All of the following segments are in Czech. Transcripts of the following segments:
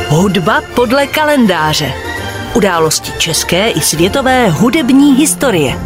Hudba podle kalendáře. Události české i světové hudební historie.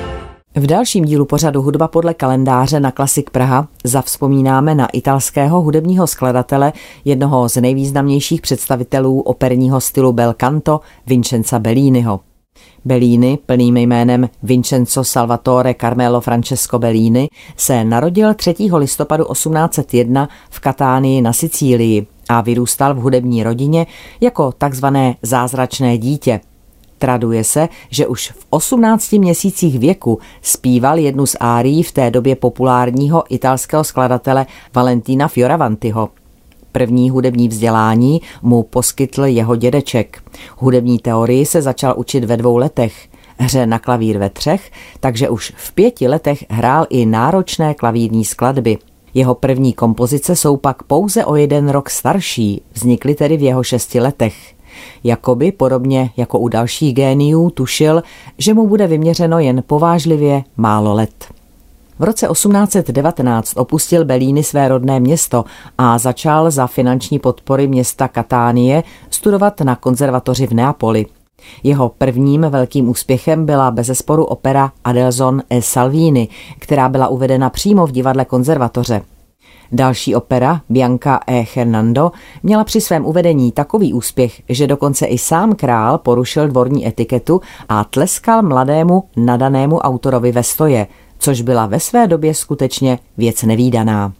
V dalším dílu pořadu Hudba podle kalendáře na Klasik Praha zavzpomínáme na italského hudebního skladatele, jednoho z nejvýznamnějších představitelů operního stylu bel canto, Vincenza Belliniho. Bellini, plným jménem Vincenzo Salvatore Carmelo Francesco Bellini, se narodil 3. listopadu 1801 v Katánii na Sicílii a vyrůstal v hudební rodině jako takzvané zázračné dítě. Traduje se, že už v 18 měsících věku zpíval jednu z árií v té době populárního italského skladatele Valentina Fioravantiho. První hudební vzdělání mu poskytl jeho dědeček. Hudební teorii se začal učit ve 2 letech, hře na klavír ve 3, takže už v 5 letech hrál i náročné klavírní skladby. Jeho první kompozice jsou pak pouze o 1 rok starší, vznikly tedy v jeho 6 letech. Jakoby, podobně jako u dalších géniů, tušil, že mu bude vyměřeno jen povážlivě málo let. V roce 1819 opustil Bellini své rodné město a začal za finanční podpory města Katánie studovat na konzervatoři v Neapoli. Jeho prvním velkým úspěchem byla bezesporu opera Adelson e Salvini, která byla uvedena přímo v divadle konzervatoře. Další opera, Bianca e Fernando, měla při svém uvedení takový úspěch, že dokonce i sám král porušil dvorní etiketu a tleskal mladému nadanému autorovi ve stoje, což byla ve své době skutečně věc nevídaná.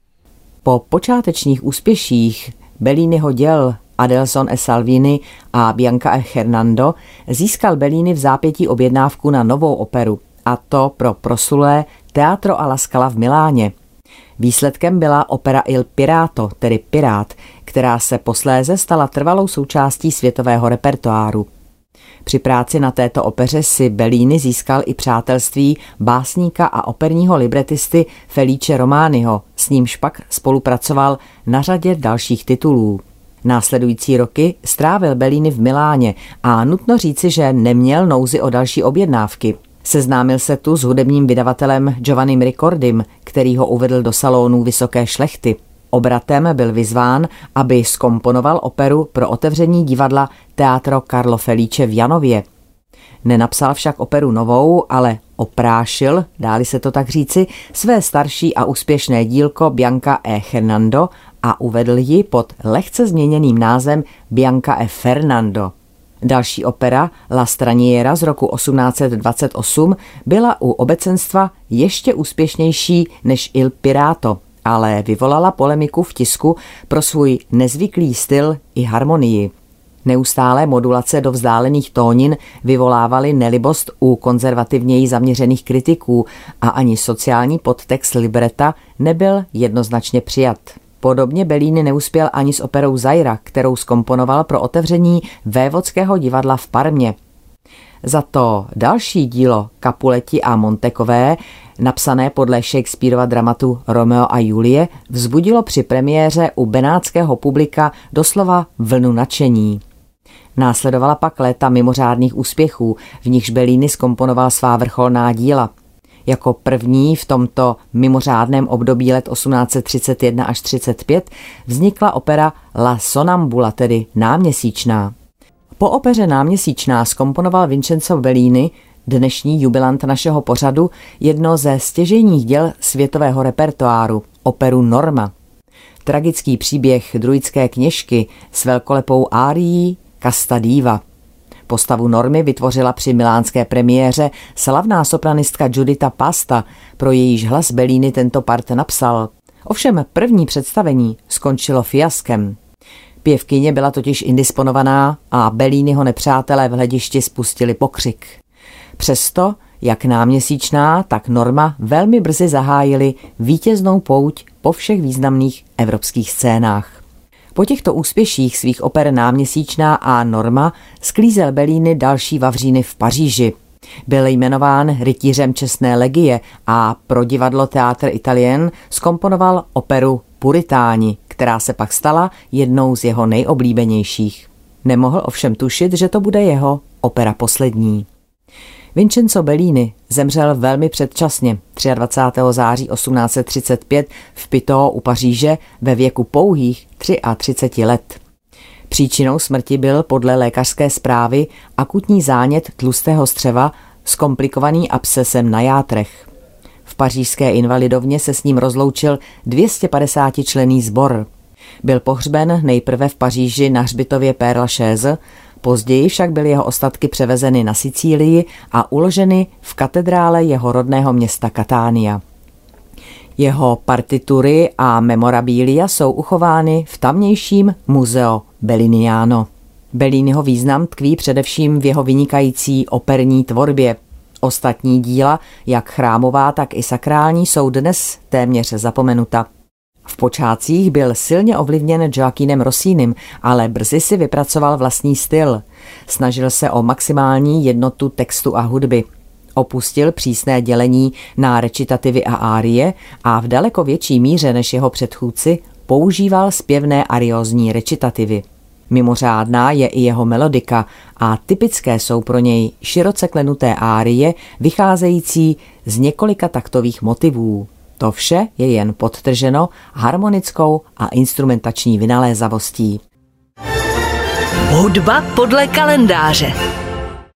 Po počátečních úspěších Belliniho děl Adelson e Salvini a Bianca e Fernando získal Bellini v zápětí objednávku na novou operu, a to pro proslulé Teatro alla Scala v Miláně. Výsledkem byla opera Il Pirato, tedy Pirát, která se posléze stala trvalou součástí světového repertoáru. Při práci na této opeře si Bellini získal i přátelství básníka a operního libretisty Felice Romaniho, s nímž pak spolupracoval na řadě dalších titulů. Následující roky strávil Bellini v Miláně a nutno říci, že neměl nouzi o další objednávky. Seznámil se tu s hudebním vydavatelem Giovannim Ricordim, který ho uvedl do salonů vysoké šlechty. Obratem byl vyzván, aby zkomponoval operu pro otevření divadla Teatro Carlo Felice v Janově. Nenapsal však operu novou, ale oprášil, dá-li se to tak říci, své starší a úspěšné dílko Bianca e Fernando a uvedl ji pod lehce změněným názvem Bianca e Fernando. Další opera La Straniera z roku 1828 byla u obecenstva ještě úspěšnější než Il Pirato, ale vyvolala polemiku v tisku pro svůj nezvyklý styl i harmonii. Neustálé modulace do vzdálených tónin vyvolávaly nelibost u konzervativněji zaměřených kritiků a ani sociální podtext libreta nebyl jednoznačně přijat. Podobně Bellini neuspěl ani s operou Zaira, kterou zkomponoval pro otevření Vévodského divadla v Parmě. Za to další dílo Capuleti a Montekové, napsané podle Shakespearova dramatu Romeo a Julie, vzbudilo při premiéře u benátského publika doslova vlnu nadšení. Následovala pak léta mimořádných úspěchů, v nichž Bellini zkomponoval svá vrcholná díla. Jako první v tomto mimořádném období let 1831 až 35 vznikla opera La Sonnambula, tedy Náměsíčná. Po opeře Náměsíčná zkomponoval Vincenzo Bellini, dnešní jubilant našeho pořadu, jedno ze stěžejních děl světového repertoáru, operu Norma. Tragický příběh druidské kněžky s velkolepou árií Casta Diva. Postavu Normy vytvořila při milánské premiéře slavná sopranistka Giuditta Pasta, pro jejíž hlas Bellini tento part napsal. Ovšem první představení skončilo fiaskem. Pěvkyně byla totiž indisponovaná a Belliniho nepřátelé v hledišti spustili pokřik. Přesto, jak Náměsíčná, tak Norma velmi brzy zahájili vítěznou pouť po všech významných evropských scénách. Po těchto úspěších svých oper Náměsíčná a Norma sklízel Bellini další vavříny v Paříži. Byl jmenován rytířem čestné legie a pro divadlo Théâtre Italien zkomponoval operu Puritáni, která se pak stala jednou z jeho nejoblíbenějších. Nemohl ovšem tušit, že to bude jeho opera poslední. Vincenzo Bellini zemřel velmi předčasně 23. září 1835 v Pitot u Paříže ve věku pouhých 33 let. Příčinou smrti byl podle lékařské zprávy akutní zánět tlustého střeva s komplikovaný abscesem na játrech. V pařížské invalidovně se s ním rozloučil 250členný sbor. Byl pohřben nejprve v Paříži na hřbitově Père Lachaise, později však byly jeho ostatky převezeny na Sicílii a uloženy v katedrále jeho rodného města Catania. Jeho partitury a memorabilia jsou uchovány v tamnějším Museo Belliniano. Belliniho význam tkví především v jeho vynikající operní tvorbě. Ostatní díla, jak chrámová, tak i sakrální, jsou dnes téměř zapomenuta. V počátcích byl silně ovlivněn Gioachinem Rossínim, ale brzy si vypracoval vlastní styl. Snažil se o maximální jednotu textu a hudby. Opustil přísné dělení na recitativy a árie a v daleko větší míře než jeho předchůdci používal zpěvné ariózní recitativy. Mimořádná je i jeho melodika a typické jsou pro něj široce klenuté árie vycházející z několika taktových motivů. To vše je jen podtrženo harmonickou a instrumentační vynalézavostí. Hudba podle kalendáře.